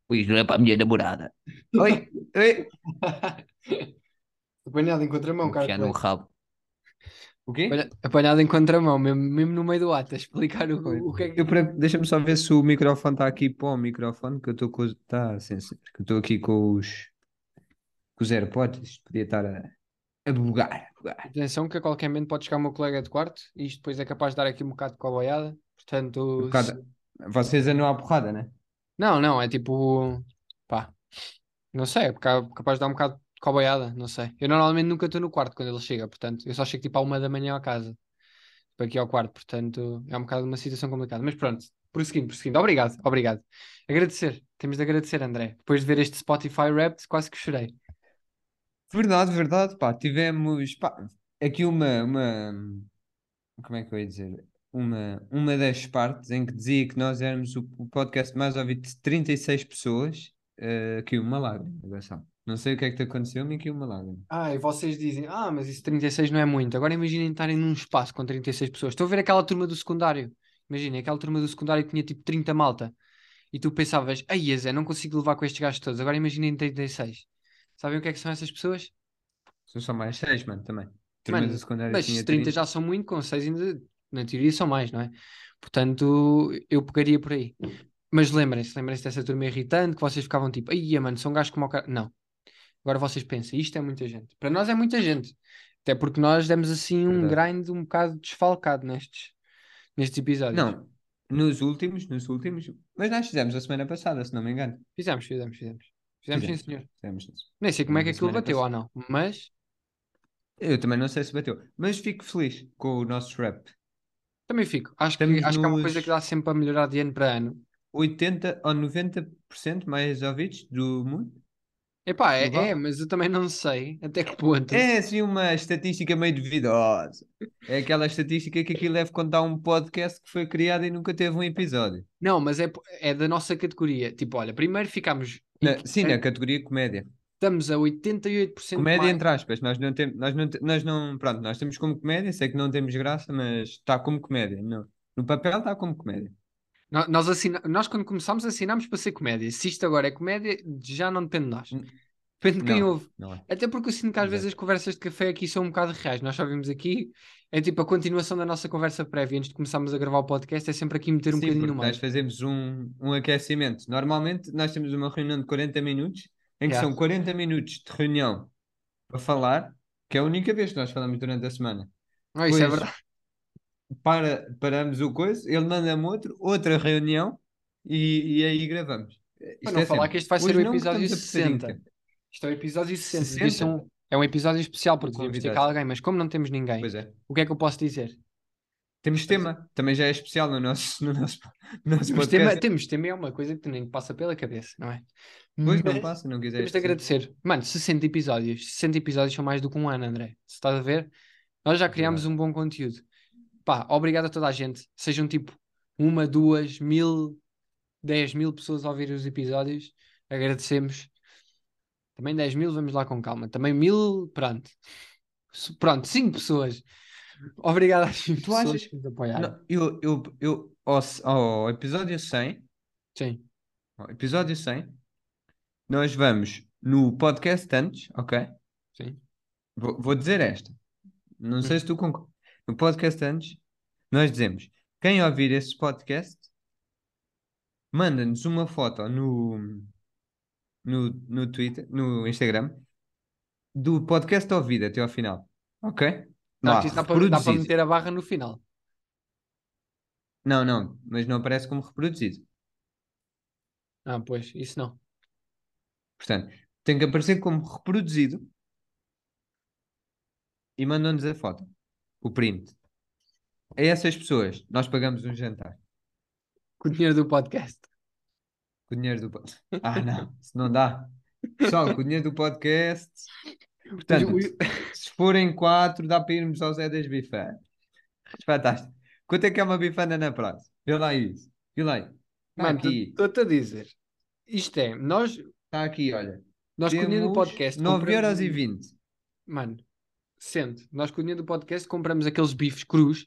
Pois não é para a minha namorada. Oi, oi. Apanhado em contramão, Vou caro puxar no colega. rabo. O quê? Apanhado em contramão, mesmo no meio do ato, a explicar Oi. o que é Eu que. deixa-me só ver se o microfone está aqui para o microfone, que eu estou com os. Está sensível. Que eu estou aqui com os AirPods. Isto podia estar a bugar, bugar. Atenção que a qualquer momento pode chegar o meu colega de quarto e isto depois é capaz de dar aqui um bocado de coboiada. Um Portanto, bocado. Vocês andam à porrada, né? não, não, é tipo. Pá, não sei, é capaz de dar um bocado de coboiada, não sei. Eu normalmente nunca estou no quarto quando ele chega, portanto, eu só chego tipo à 1 da manhã à casa, para aqui ao quarto, portanto, é um bocado uma situação complicada. Mas pronto, prosseguindo, prosseguindo. Obrigado, obrigado. Agradecer, temos de agradecer, André. Depois de ver este Spotify Wrapped, quase que chorei. Verdade, verdade, pá. Tivemos, pá, aqui como é que eu ia dizer? Uma das partes em que dizia que nós éramos o podcast mais ouvido de 36 pessoas, aqui uma lágrima, atenção. Não sei o que é que te aconteceu, mas aqui uma lágrima. Ah, e vocês dizem, mas isso 36 não é muito. Agora imaginem estarem num espaço com 36 pessoas. Estou a ver aquela turma do secundário. Imaginem, aquela turma do secundário que tinha tipo 30 malta. E tu pensavas, ai, Zé, não consigo levar com estes gajos todos. Agora imaginem 36. Sabem o que é que são essas pessoas? São só mais 6, mano, também. Turma do Mano, secundário mas se tinha 30 30. já são muito, com 6 ainda, na teoria, são mais, não é? Portanto, eu pegaria por aí. Mas lembrem-se dessa turma irritante que vocês ficavam tipo, ai, mano, são gajos como o cara. Não. Agora vocês pensam, isto é muita gente. Para nós é muita gente. Até porque nós demos assim um Verdade. grind um bocado desfalcado nestes episódios. Não, nos últimos, mas nós fizemos a semana passada, se não me engano. Fizemos, fizemos, fizemos. Fizemos sim, Fizemos, senhor. fizemos isso. Nem sei como é Fizemos que a aquilo semana bateu ou passada. não, mas Eu também não sei se bateu, mas fico feliz com o nosso rap. também fico. Acho que, Estamos acho que é uma coisa que nos dá sempre a melhorar de ano para ano. 80 ou 90% mais ouvidos do mundo Epá, global. mas eu também não sei até que ponto. É assim uma estatística meio duvidosa. É aquela estatística que aquilo deve contar um podcast que foi criado e nunca teve um episódio. Não, mas é da nossa categoria. Tipo, olha, primeiro ficámos. Sim, na categoria comédia. Estamos a 88% Comédia mais. entre aspas. Nós não, pronto, nós temos como comédia, sei que não temos graça, mas está como comédia. No papel está como comédia. Nós, quando começámos, assinámos para ser comédia. Se isto agora é comédia, já não depende de nós. N- Depende de quem Não, ouve. não é. Até porque eu sinto que às vezes as Exato. conversas de café aqui são um bocado reais. Nós só vimos aqui, é tipo a continuação da nossa conversa prévia antes de começarmos a gravar o podcast, é sempre aqui meter um Sim, bocadinho porque nós mais. fazemos um aquecimento. Normalmente nós temos uma reunião de 40 minutos, em que Yeah. são 40 minutos de reunião para falar, que é a única vez que nós falamos durante a semana. Não, isso é Depois verdade. paramos o coisa, ele manda-me outra reunião e aí gravamos. Para Isto não é falar que sempre. este vai ser o Hoje não, porque episódio estamos apertadinho de 60. tempo. Isto é o episódio 60. Devia ser 60? é um episódio especial, O porque devíamos ter cá convidado. alguém, mas como não temos ninguém, Pois é. o que é que eu posso dizer? Temos tema, também já é especial no nosso podcast. Temos tema é uma coisa que nem te passa pela cabeça, não é? Pois não Mas passa, não temos de quiseste dizer. agradecer. Mano, 60 episódios. 60 episódios são mais do que um ano, André. Se estás a ver, nós já criámos Verdade. um bom conteúdo. Pá, obrigado a toda a gente. Sejam tipo 1, 2, 1000, 10 mil pessoas a ouvir os episódios. Agradecemos. Também 10 mil, vamos lá com calma. Também 1000, pronto. Pronto, 5 pessoas. Obrigado às 5 Tu pessoas achas? que nos apoiaram. Não, ao episódio 100, Sim, nós vamos no podcast antes, ok? sim. Vou dizer esta. Não sei Hum. se tu concordas. No podcast antes, nós dizemos: quem ouvir esse podcast, manda-nos uma foto no Twitter, no Instagram, do podcast ouvido até ao final. Ok? Acho que Lá, isso dá para reproduzido. meter a barra no final. Não, não, mas não aparece como reproduzido. Ah, pois, isso não. Portanto, tem que aparecer como reproduzido e mandam-nos a foto, o print. A essas pessoas, nós pagamos um jantar Com o dinheiro do podcast. com o dinheiro do podcast. Ah, não, isso não dá. Pessoal, com o dinheiro do podcast. Os- Portanto, se forem quatro, dá para irmos ao Zé das Bifanas. Fantástico. Quanto é que é uma bifana na praça? Vê lá isso. Vê lá. Está Mano, aqui. estou-te a dizer. Isto é, Está aqui, olha. nós com o dinheiro do Temos podcast nove compramos. euros e vinte. Mano, sente, nós com o dinheiro do podcast compramos aqueles bifes crus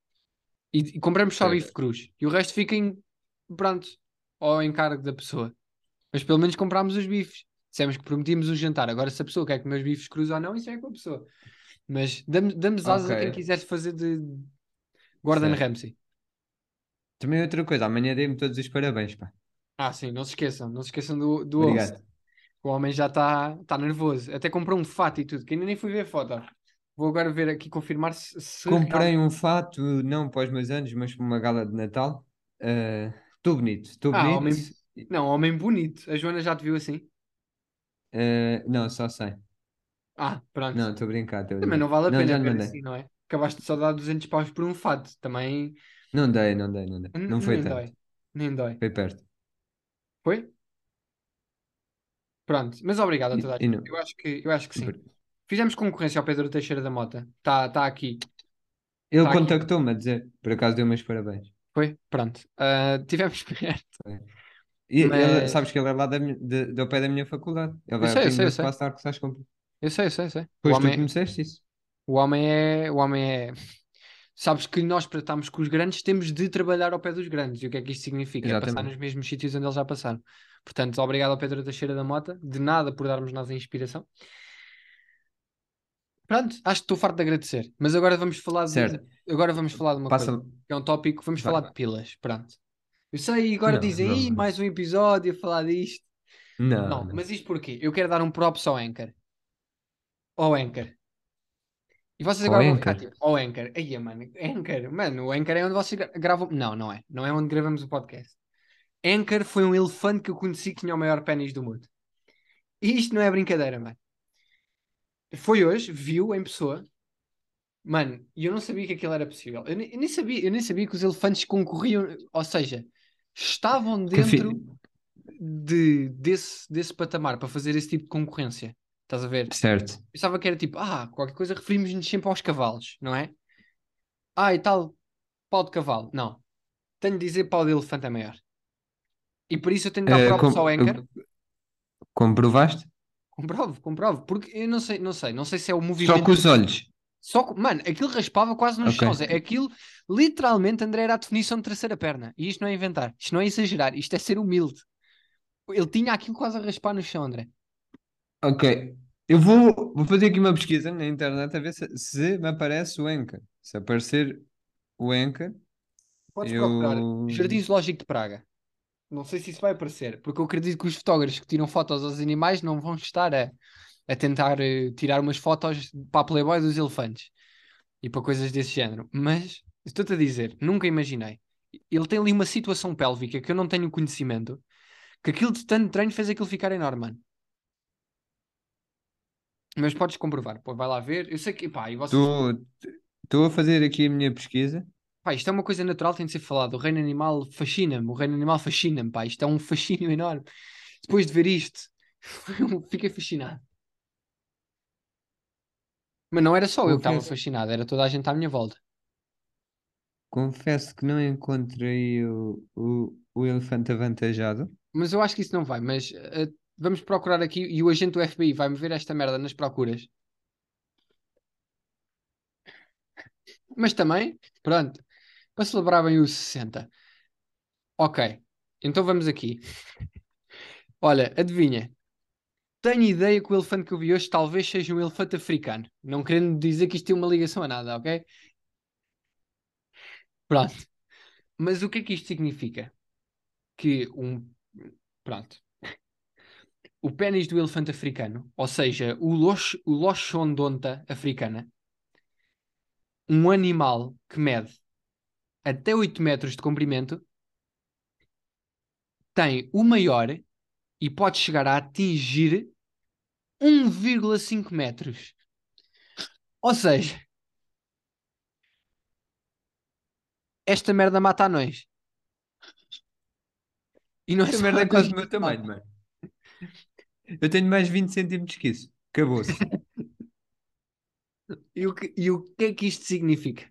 e compramos só bife Certo. crus. E o resto fica em. Pronto, ao encargo da pessoa. Mas pelo menos comprámos os bifes. Dissemos que prometíamos o jantar. Agora, se a pessoa quer comer os bifes crus ou não, isso é com a pessoa. Mas damos Ok, asas a quem quiser fazer de Gordon certo. Ramsay. Também outra coisa, amanhã dei-me todos os parabéns, pá. Ah, sim, não se esqueçam. Não se esqueçam do host. Obrigado. O homem já está nervoso. Até comprou um fato e tudo, que ainda nem fui ver a foto. Vou agora ver aqui, confirmar se Comprei realmente. um fato, não para os meus anos, mas para uma gala de Natal. Estou bonito, estou Ah, bonito. homem. Não, homem bonito. A Joana já te viu assim? Não, só sei. Ah, pronto. Não, estou a brincar, estou a Também brincar. não vale a Não, pena já lhe ver mandei. assim, não é? Acabaste de só dar 200 paus por um fato. Também. Não dei, não dei, não dei. Não foi Nem tanto. dói. Nem dói. Foi perto. Foi? Pronto. Mas obrigado a toda a E gente. não. Eu acho que sim. Fizemos concorrência ao Pedro Teixeira da Mota. Tá aqui. Ele Está aqui. contactou-me a dizer, por acaso deu-me os parabéns. Foi? Pronto. Tivemos perto. Foi. E ele, Mas. sabes que ele é lá do pé da minha faculdade. Ele Eu vai ao sei, eu Pingo sei, eu Doce sei. Passo de Arcos às compras. Eu sei, eu sei, eu sei. O Pois tu homem, conheceste isso. o homem é. O homem é. Sabes que nós, para estarmos com os grandes, temos de trabalhar ao pé dos grandes. E o que é que isto significa? É passar Exatamente. nos mesmos sítios onde eles já passaram. Portanto, obrigado ao Pedro Teixeira da Mota. De nada por darmos nós a inspiração. Pronto, acho que estou farto de agradecer. Mas Certo. agora vamos falar de uma Passa. coisa. Que é um tópico. Vamos Vai, falar de vai. pilas. Pronto. Eu sei, e agora Não, dizem, Ih, não. mais um episódio a falar disto. Não, Não, não. mas isto porquê? Eu quero dar um props ao Anchor. Ao Anchor. E vocês Ó agora vão ficar Anchor. tipo, oh Anchor, aí, mano, o Anchor é onde vocês gravam. Não, não é. Não é onde gravamos o podcast. Anchor foi um elefante que eu conheci que tinha o maior pênis do mundo. E isto não é brincadeira, mano. Foi hoje, viu em pessoa, mano, e eu não sabia que aquilo era possível. Eu nem sabia que os elefantes concorriam, ou seja, estavam Que fi... dentro desse patamar para fazer esse tipo de concorrência. Estás a ver? Certo. Pensava que era tipo, qualquer coisa referimos-nos sempre aos cavalos, não é? Ah, e tal, pau de cavalo. Não. Tenho de dizer pau de elefante é maior. E por isso eu tenho de dar props ao Anchor. Comprovaste? Comprovo, comprovo. Porque eu não sei se é o Só movimento com os olhos. Mano, aquilo raspava quase no Ok. chão. Zé. Aquilo, literalmente, André, era a definição de terceira perna. E isto não é inventar. Isto não é exagerar. Isto é ser humilde. Ele tinha aquilo quase a raspar no chão, André. Ok. Eu vou fazer aqui uma pesquisa na internet a ver se me aparece o Anchor. Se aparecer o Anchor, Podes procurar eu. Jardim Zoológico de Praga. Não sei se isso vai aparecer, porque eu acredito que os fotógrafos que tiram fotos aos animais não vão estar a tentar tirar umas fotos para a Playboy dos elefantes e para coisas desse género. Mas estou-te a dizer, nunca imaginei. Ele tem ali uma situação pélvica que eu não tenho conhecimento, que aquilo de tanto treino fez aquilo ficar enorme, mano. Mas podes comprovar, pô, vai lá ver. Eu sei que, pá, e vocês, Estou a fazer aqui a minha pesquisa. pá, isto é uma coisa natural, tem de ser falado. O reino animal fascina-me, o reino animal fascina-me, pá, isto é um fascínio enorme. Depois de ver isto, fiquei fascinado. Mas não era só eu que estava Confesso, fascinado, era toda a gente à minha volta. confesso que não encontrei o elefante avantajado. Mas eu acho que isso não vai. Mas vamos procurar aqui e o agente do FBI vai-me ver esta merda nas procuras. Mas também, pronto, para celebrar bem os 60. Ok, então vamos aqui. Olha, adivinha. Tenho ideia que o elefante que eu vi hoje talvez seja um elefante africano. Não querendo dizer que isto tem uma ligação a nada, ok? Pronto. Mas o que é que isto significa? Que Pronto. O pénis do elefante africano, ou seja, o Loxondonta africana, um animal que mede até 8 metros de comprimento, tem o maior e pode chegar a atingir 1,5 metros. Ou seja, esta merda mata anões. E não é Esta só merda é quase anões o meu que tamanho, mata. mano. Eu tenho mais 20 centímetros que isso. Acabou-se. E o que é que isto significa?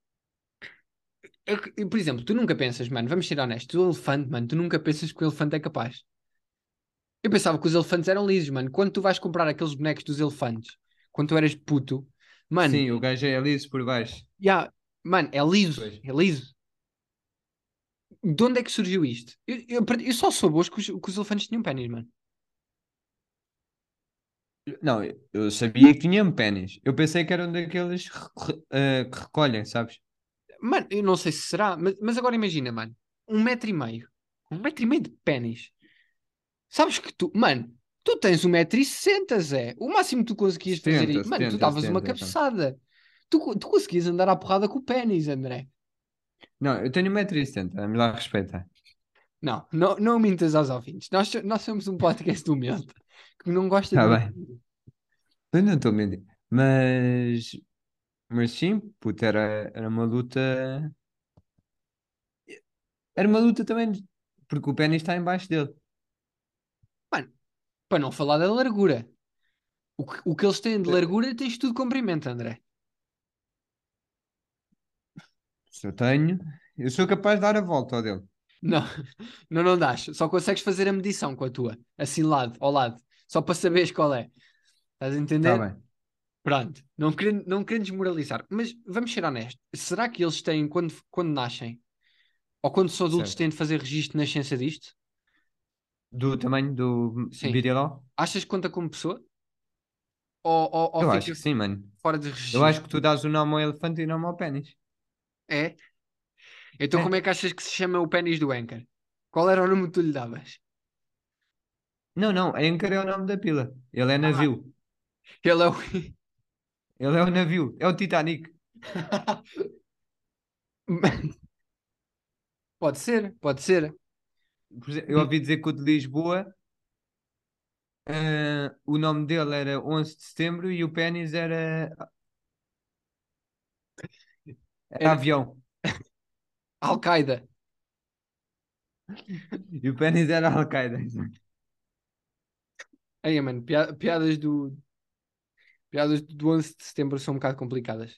Por exemplo, tu nunca pensas, mano, vamos ser honestos, o elefante, mano, tu nunca pensas que o elefante é capaz. Eu pensava que os elefantes eram lisos, mano. Quando tu vais comprar aqueles bonecos dos elefantes, quando tu eras puto, mano, Sim, o gajo é liso por baixo. yeah, mano, é liso, Pois. é liso. De onde é que surgiu isto? Eu só soube hoje que os elefantes tinham pênis, mano. Não, eu sabia que tinha pênis. Eu pensei que era um daqueles que recolhem, sabes? Mano, eu não sei se será, mas agora imagina, mano. 1,5 m. 1,5 m de pênis. Sabes que tu, mano, tu tens 1,60 m, Zé. O máximo que tu conseguias fazer aí. 70, Mano, tu 70, davas uma 70, então. cabeçada. Tu conseguias andar à porrada com o pênis, André. Não, eu tenho 1,70 m, me lá respeitar. Não, não, não mintas aos ouvintes. Nós somos um podcast humilde que não gosta de Está bem. mentir. Eu não estou a mentir. Mas sim, puto, era uma luta. Era uma luta também, porque o pênis está embaixo dele. Mano, para não falar da largura. O que eles têm de largura tens tudo de comprimento, André. Se eu tenho, eu sou capaz de dar a volta ao dele. Não, não, não dás. Só consegues fazer a medição com a tua. Assim, lado ao lado. Só para saberes qual é. Estás a Está entender? bem, Pronto. Não querendo desmoralizar. Mas vamos ser honestos. Será que eles têm, quando nascem, ou quando são adultos, certo. têm de fazer registro de nascença disto? Do tamanho do Sim. Birilau? Achas que conta como pessoa? Ou Eu acho fica que sim, mano. fora de Eu acho registro? que tu dás o nome ao elefante e o nome ao pênis. É? Então como é É. que achas que se chama o pênis do Anchor? Qual era o nome que tu lhe davas? Não, não, Anchor é o nome da pila. Ele é Ah, navio. ele é o... Ele é o navio. É o Titanic. Pode ser, pode ser. Eu ouvi dizer que o de Lisboa, o nome dele era 11 de setembro e o pênis era Era avião. Al-Qaeda. E o pênis era Al-Qaeda. Aí, mano, piadas do 11 de setembro são um bocado complicadas.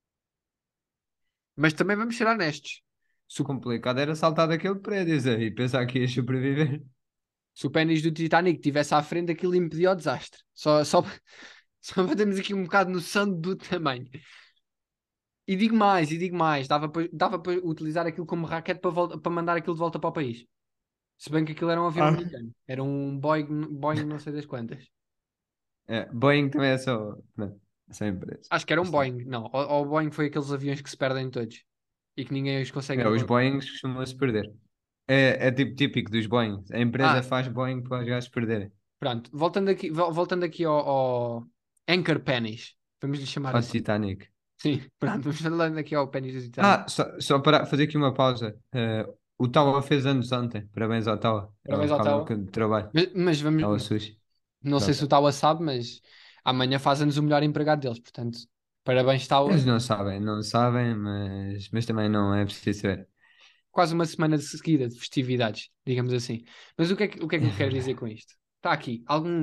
Mas também vamos ser honestos. Se o, Complicado era saltar daquele prédio Zé, e pensar que ias sobreviver. se o pênis do Titanic estivesse à frente, aquilo impedia o desastre. Só para termos aqui um bocado noção do tamanho. E digo mais, dava para utilizar aquilo como raquete para mandar aquilo de volta para o país. Se bem que aquilo era um avião Ah. americano. Era um Boeing não sei das quantas. É, Boeing também é só. Não, é só empresa. Acho que era um Assim. Boeing. Não, ou o Boeing foi aqueles aviões que se perdem todos. E que ninguém os consegue É, os encontrar. Boeings costumam-se perder. É tipo típico dos Boeings. A empresa Ah, faz Boeing para os gajos perderem. pronto. Voltando aqui ao Anchor Pennies. Vamos lhe chamar Ao assim. Titanic. Sim, pronto. Vamos falando aqui ao Pennies do Titanic. Só para fazer aqui uma pausa. O Tawa fez anos ontem. Parabéns ao Tawa. É o Parabéns ao local Tawa. onde trabalho. Mas vamos. É o sushi. Não sei se Pronto. o Tawa sabe, mas amanhã faz-nos o melhor empregado deles. Portanto, parabéns, Tawa. Eles não sabem, mas também não é preciso saber. Quase uma semana de seguida de festividades, digamos assim. Mas o que é que eu quero dizer com isto? Está aqui.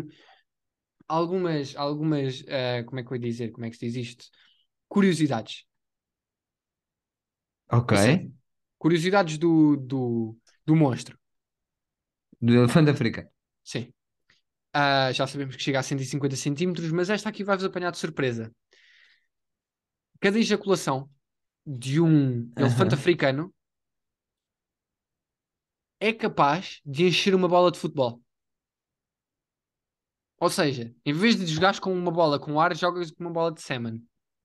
Algumas, como é que eu ia dizer? Como é que se diz isto? Curiosidades. Ok. Ou seja, curiosidades do monstro. Do elefante africano. Sim. Já sabemos que chega a 150 centímetros, mas esta aqui vai-vos apanhar de surpresa. Cada ejaculação de um elefante Aham. africano é capaz de encher uma bola de futebol. Ou seja, em vez de jogares com uma bola com ar, jogas com uma bola de sêmen.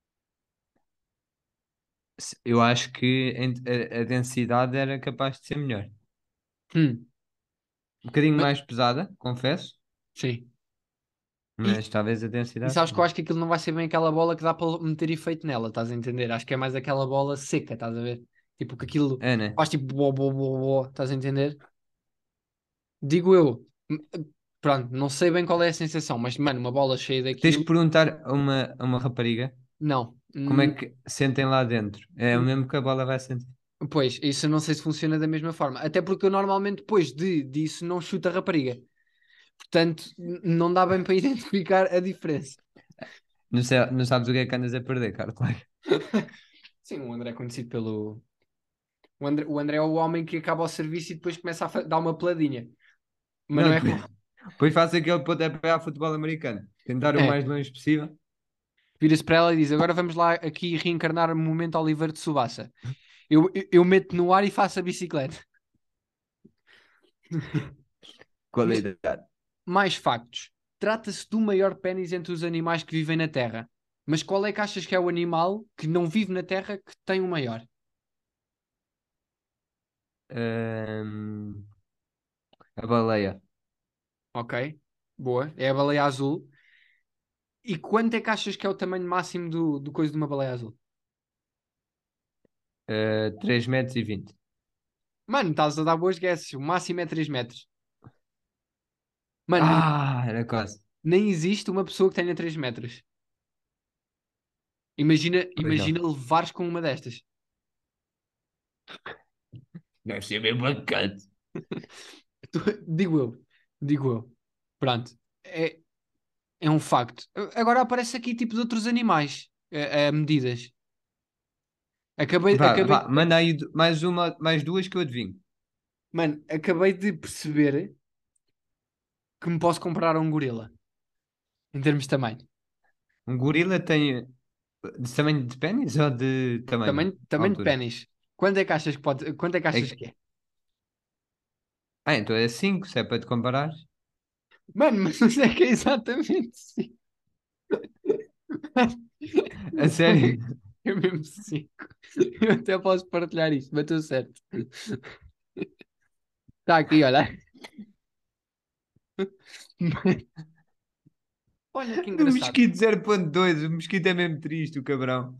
Eu acho que a densidade era capaz de ser melhor. Hum, Um bocadinho mas- mais pesada, confesso, sim. E, mas talvez a e densidade. sabes que eu acho que aquilo não vai ser bem aquela bola que dá para meter efeito nela, estás a entender? Acho que é mais aquela bola seca, estás a ver? Tipo que aquilo É, né? faz tipo bo, bo, bo, bo, estás a entender? Digo eu. Pronto, não sei bem qual é a sensação, mas mano, uma bola cheia Tens que daquilo, perguntar a uma rapariga não. como é que sentem lá dentro. É o mesmo que a bola vai sentir. Pois, isso eu não sei se funciona da mesma forma. Até porque eu normalmente, depois disso, não chuto a rapariga. Portanto, não dá bem para identificar a diferença. Não sei, não sabes o que andas a perder, cara. Claro. Sim, o André é conhecido pelo. O André é o homem que acaba o serviço e depois começa a dar uma peladinha. Mas não Não, é depois, com. depois faço aquele pontapé a futebol americano. Tentar o É. mais longe possível. Vira-se para ela e diz: Agora vamos lá aqui reencarnar o momento Oliver de Subassa. Eu meto no ar e faço a bicicleta. Qualidade. Mais factos. Trata-se do maior pênis entre os animais que vivem na Terra. Mas qual é que achas que é o animal que não vive na Terra que tem o maior? Ahm, a baleia. Ok, boa. É a baleia azul. E quanto é que achas que é o tamanho máximo do coisa de uma baleia azul? 3,20 m. Mano, estás a dar boas guesses. O máximo é 3 metros. Mano, Ah, era quase. nem existe uma pessoa que tenha 3 metros. Imagina, Pois não. imagina levares com uma destas. Deve ser bem bacana. Digo eu. Digo eu. Pronto. É um facto. Agora aparece aqui tipo de outros animais. Medidas. Acabei, Vá, acabei, vá, manda aí mais uma, mais duas que eu adivinho. mano, acabei de perceber que me posso comprar um gorila. Em termos de tamanho. Um gorila tem de tamanho de pênis ou de tamanho? Tamanho de Altura? pênis. Quanto é que achas que pode, quanto é que achas É, que é? então é 5 se é para te comparar. Mano, mas não sei que é exatamente sim. A sério? É mesmo 5. Eu até posso partilhar isto, mas estou certo. Está aqui, olha. Olha que O engraçado. mosquito 0,2. O mosquito é mesmo triste, o cabrão.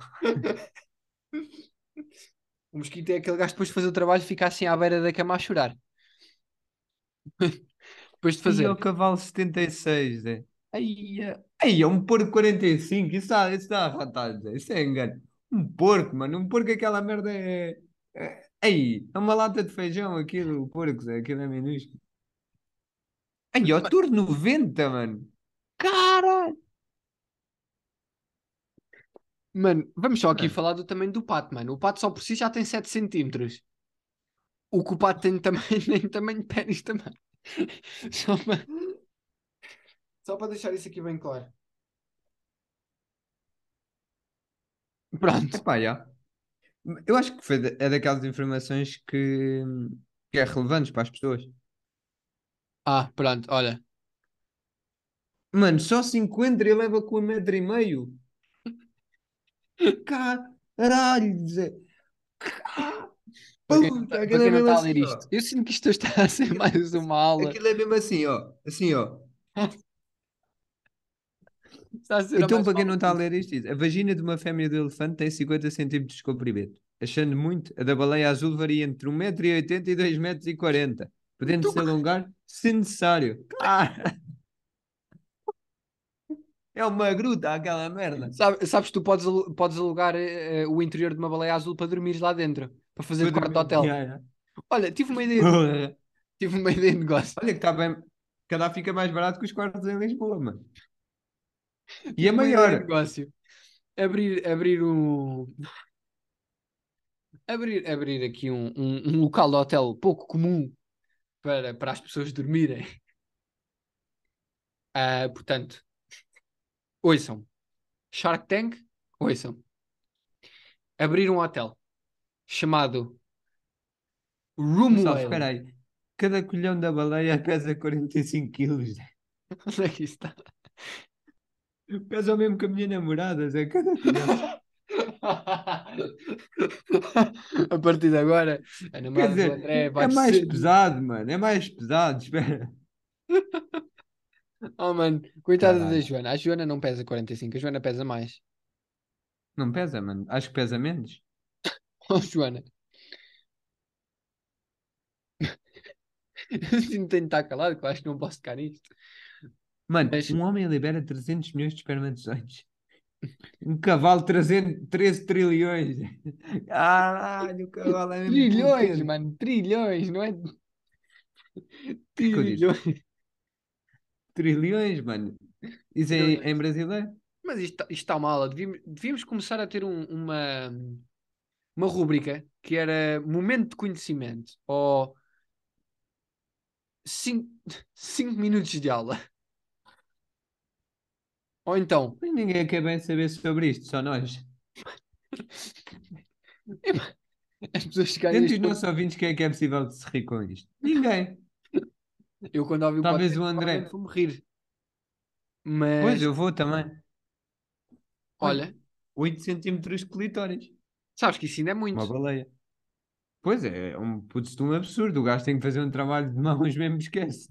O mosquito é aquele gajo que depois de fazer o trabalho fica assim à beira da cama a chorar. Depois de Aí é o fazer. cavalo 76, é. Aí é um porco 45. Isso está a ratar, Zé. Isso é engano. Um porco, mano. Um porco, aquela merda Aí, é uma lata de feijão aquilo, o porco, Zé. Aquilo é minúsculo. Aí, ó, Tour 90, mano. Caralho. Mano, vamos só aqui Mano, falar do tamanho do pato, mano. O pato só por si já tem 7 centímetros. O que o pato tem também, nem tamanho de pênis também. Só para, só para deixar isso aqui bem claro. Pronto. epá, já. Eu acho que é daquelas informações que é relevante para as pessoas. Ah, pronto, olha. Mano, só se encontra e leva com 1,5 m. Caralho, Zé. Ah, puta, Para aquilo quem é não mesmo está a ler assim, isto, ó. eu sinto que isto está a ser Aquilo, mais uma aula. aquilo é mesmo assim, ó. Assim, ó. Está a ser a Então, mais para uma quem não aula está a disso. ler isto, diz, a vagina de uma fêmea de elefante tem 50 centímetros de comprimento. Achando muito, a da baleia azul varia entre 1,80 m e 2,40 m, podendo Tu- se alongar se necessário. É uma gruta aquela merda. sabes, tu podes alugar o interior de uma baleia azul para dormires lá dentro, para fazer Para de quarto de dormir. hotel. Yeah. Olha, Porra. tive uma ideia de negócio. Olha que está bem. Cada fica mais barato que os quartos em Lisboa, mano. E é Tive uma ideia maior. de negócio. Abrir aqui um local de hotel pouco comum para as pessoas dormirem. Portanto, ouçam. Shark Tank, ouçam. Abrir um hotel chamado Não Room sabes, espera Whale. aí. Cada colhão da baleia pesa 45 quilos. Onde é que isso está? Pesa o mesmo que a minha namorada, Zé. Cada colhão. A partir de agora, a Quer namorada do dizer, André é vai mais ser. pesado, mano. É mais pesado. Espera. Oh, mano, coitada da Caralho. Joana. A Joana não pesa 45, a Joana pesa mais. Não pesa, mano. Acho que pesa menos. Oh, Joana, eu sinto que tenho de estar calado, que eu acho que não posso tocar nisto. Mano, Mas um homem libera 300 milhões de espermatozoides. Um cavalo 13 trilhões. Caralho, o cavalo é mesmo trilhões, potente. mano, trilhões, não é? O que é que eu disse? Trilhões. Trilhões, mano. Isso é em Trilhões. brasileiro? Mas isto está mal. Devíamos começar a ter uma rúbrica que era Momento de Conhecimento ou 5 minutos de aula. Ou então, Mas ninguém quer bem saber sobre isto, só nós. as pessoas chegarem a Dentre este os ponto. nossos ouvintes, quem é que é possível de se rir com isto? Ninguém. Eu quando ouvi o Talvez podcast o provavelmente André. vou-me rir. Pois, Mas, eu vou também. Olha, olha, 8 centímetros de clitóris. sabes que isso ainda é Uma muito. baleia. Pois é um putz de um absurdo. O gajo tem que fazer um trabalho de mãos mesmo, esquece.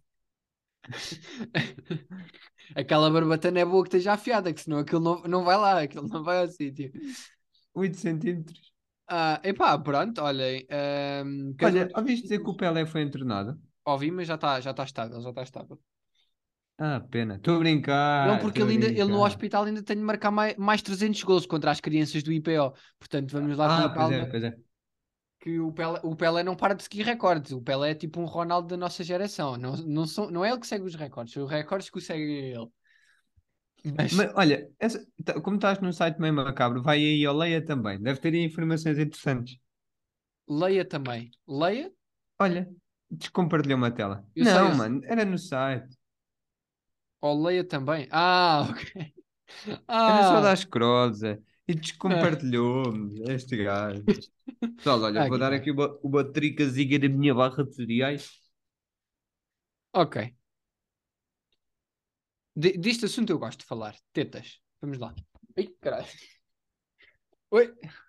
Aquela barbatana é boa que esteja afiada, que senão aquilo não vai lá, aquilo não vai ao sítio. 8 centímetros. Epá, pronto, olhem. Cada um Olha, dos ouviste dizer que o sítios. Pelé foi internado? Ouvi, mas já está estável, já está estável. Ah, pena. Estou a Não, brincar, porque estou a ele no brincar. hospital ainda tem de marcar mais 300 gols contra as crianças do IPO. Portanto, vamos lá com Ah, pois é, calma, pois é. que o Pelé não para de seguir recordes. O Pelé é tipo um Ronaldo da nossa geração. Não é ele que segue os recordes, são os recordes que o seguem a ele. Mas Mas olha, como estás num site meio macabro, vai aí ao Leia também. Deve ter aí informações interessantes. leia também. Leia? Olha, descompartilhou uma tela. Eu sei, Não, mano, era no site. ou leia também. Ok. Era só Ah, dar scroll, Zé. E ah, descompartilhou-me este gajo. Pessoal, olha, vou aqui dar está. aqui uma tricasinha da minha barra de cereais. Ok. Deste assunto eu gosto de falar. Tetas. Vamos lá. Ai, caralho. Oi.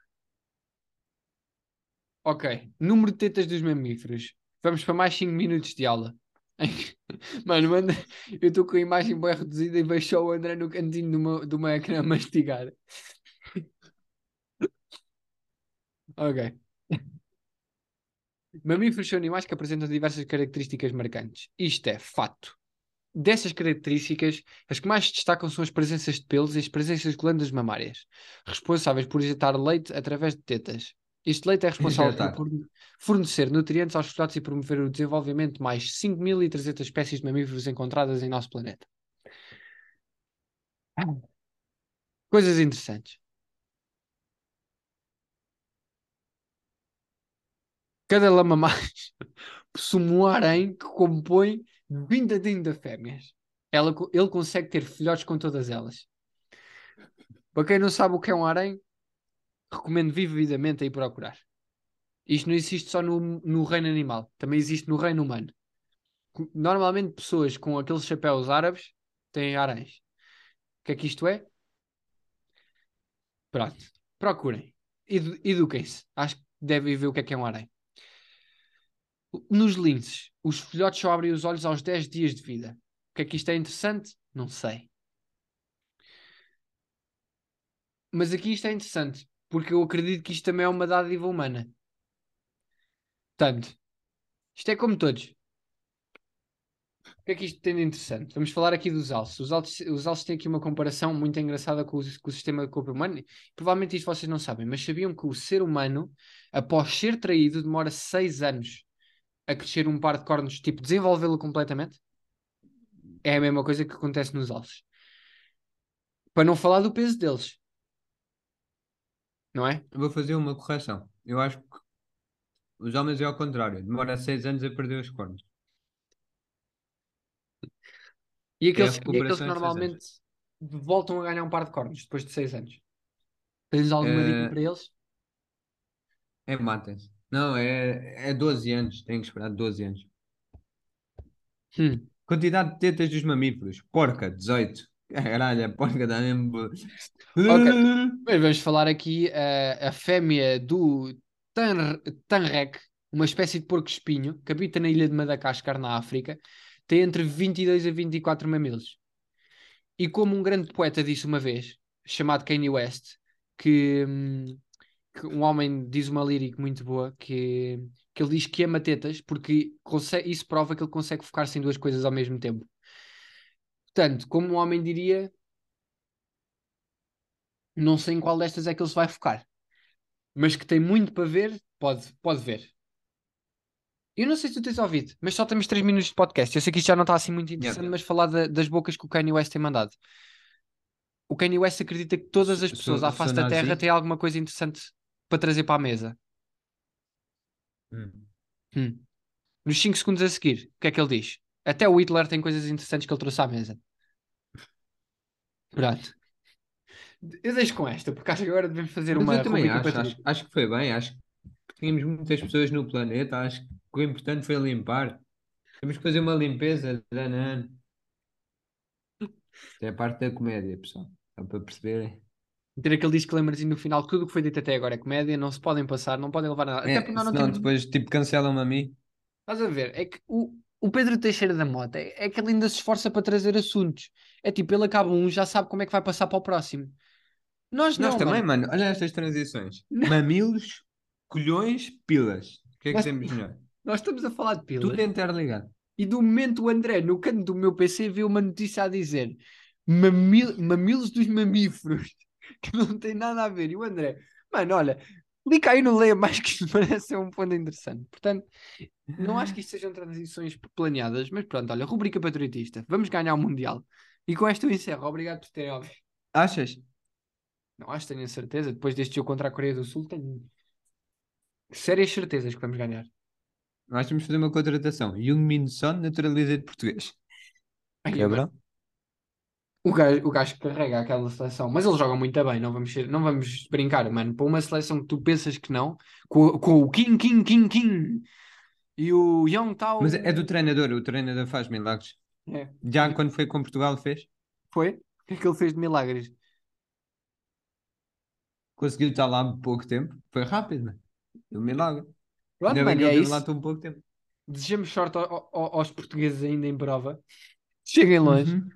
Ok. Número de tetas dos mamíferos. Vamos para mais 5 minutos de aula. Mano, manda. Eu estou com a imagem bem reduzida e vejo só o André no cantinho do meu ecrã a mastigar. Ok. Mamíferos são animais que apresentam diversas características marcantes. Isto é fato. Dessas características, as que mais se destacam são as presenças de pelos e as presenças de glândulas mamárias, responsáveis por injetar leite através de tetas. Este leite é responsável por Injetar. fornecer nutrientes aos filhotes e promover o desenvolvimento de mais 5.300 espécies de mamíferos encontradas em nosso planeta. Coisas interessantes. Cada lama mais possui um harém que compõe 20 a 30 fêmeas. Ele consegue ter filhotes com todas elas. Para quem não sabe o que é um harém, recomendo vividamente aí procurar. Isto não existe só no reino animal, também existe no reino humano. Normalmente pessoas com aqueles chapéus árabes têm haréns. O que é que isto é? Pronto, procurem. Eduquem-se. Acho que devem ver o que é um harém. Nos linces, os filhotes só abrem os olhos aos 10 dias de vida. O que é que isto é interessante? Não sei. Mas aqui isto é interessante, porque eu acredito que isto também é uma dádiva humana. Portanto, isto é como todos. O que é que isto tem de interessante? Vamos falar aqui dos alces. Os alces têm aqui uma comparação muito engraçada com o sistema de corpo humano. Provavelmente isto vocês não sabem, mas sabiam que o ser humano, após ser traído, demora 6 anos a crescer um par de cornos, tipo, desenvolvê-lo completamente? É a mesma coisa que acontece nos alces. Para não falar do peso deles, não é? Vou fazer uma correção. Eu acho que os homens é ao contrário. Demora 6 anos a perder os cornos. E É a aqueles, e aqueles que recuperação em 6 anos. normalmente voltam a ganhar um par de cornos depois de 6 anos. Tens alguma dica É, para eles? é matem-se. Não, é 12 anos. Tem que esperar 12 anos. Hum. Quantidade de tetas dos mamíferos. Porca, 18. Caralho, a porca dá mesmo. Ok, mas vamos falar aqui a fêmea do Tanrec, uma espécie de porco-espinho que habita na ilha de Madagascar, na África, tem entre 22 a 24 mamilos. E como um grande poeta disse uma vez, chamado Kanye West, que, hum, que um homem diz uma lírica muito boa, que ele diz que ama tetas porque isso prova que ele consegue focar-se em duas coisas ao mesmo tempo. Portanto, como um homem diria, não sei em qual destas é que ele se vai focar, mas que tem muito para ver, pode ver. Eu não sei se tu tens ouvido, mas só temos 3 minutos de podcast. Eu sei que isto já não está assim muito Yeah. interessante, mas falar das bocas que o Kanye West tem mandado. O Kanye West acredita que todas as pessoas à Sou face da Terra têm nazi? alguma coisa interessante para trazer para a mesa. Hum. Hum. Nos 5 segundos a seguir, o que é que ele diz? Até o Hitler tem coisas interessantes que ele trouxe à mesa. Pronto. Eu deixo com esta, porque acho que agora devemos fazer Mas eu uma também rubrica acho, patriota. acho que foi bem. Acho que tínhamos muitas pessoas no planeta. Acho que o importante foi limpar. Temos que fazer uma limpeza de ano a ano. Isto é a parte da comédia, pessoal. Só para perceberem. Ter aquele disclaimerzinho no final, tudo o que foi dito até agora é comédia, não se podem passar, não podem levar nada. Até porque É, nós não senão temos. depois, tipo, cancelam-me a mim. Estás a ver? É que o Pedro Teixeira da Mota é que ele ainda se esforça para trazer assuntos. É tipo, ele acaba um, já sabe como é que vai passar para o próximo. Nós Nós não, também, mano. mano. Olha estas transições. Mamilos, colhões, pilas. O que é que Nós, temos melhor? nós estamos a falar de Tudo pilas interligado. e do momento o André, no canto do meu PC, vê uma notícia a dizer mamilos dos mamíferos, que não tem nada a ver. E o André, mano, olha, clica aí no Leia Mais que isto parece ser um ponto interessante. Portanto, não acho que isto sejam transições planeadas, mas pronto, olha, rubrica patriotista. Vamos ganhar o Mundial. E com esta eu encerro. Obrigado por terem ouvido. Achas? Não acho, tenho a certeza. Depois deste jogo contra a Coreia do Sul, tenho sérias certezas que vamos ganhar. Nós temos de fazer uma contratação. Heung-min Son naturaliza de português. Aí, mano. Cabrão. O gajo carrega aquela seleção, mas eles jogam muito bem, não vamos brincar, mano. Para uma seleção que tu pensas que não, com o Kim e o Young Mas Tao. é do treinador. O treinador faz milagres. É, Já quando foi com Portugal fez. foi? O que é que ele fez de milagres? Conseguiu estar lá pouco tempo. Foi rápido, né? Um milagre. Pronto, Ainda bem mano, que e ele é teve lá isso. tão pouco tempo. Desejamos sorte aos portugueses ainda em prova. Cheguem longe. Uhum.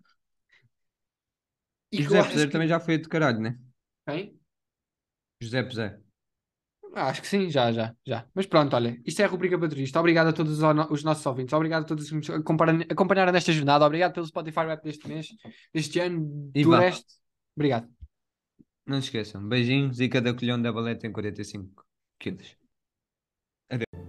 E O que eu José acho Peseiro que. também já foi de caralho, né? Hein? José Peseiro. Acho que sim, já. Mas pronto, olha, isto é a rubrica Patrulhista. Obrigado a todos os nossos ouvintes. Obrigado a todos que nos acompanharam nesta jornada. Obrigado pelo Spotify Rap deste mês, deste ano, E do vá, resto. Obrigado. não se esqueçam. Beijinhos e cada colhão da balé tem 45 quilos. Adeus.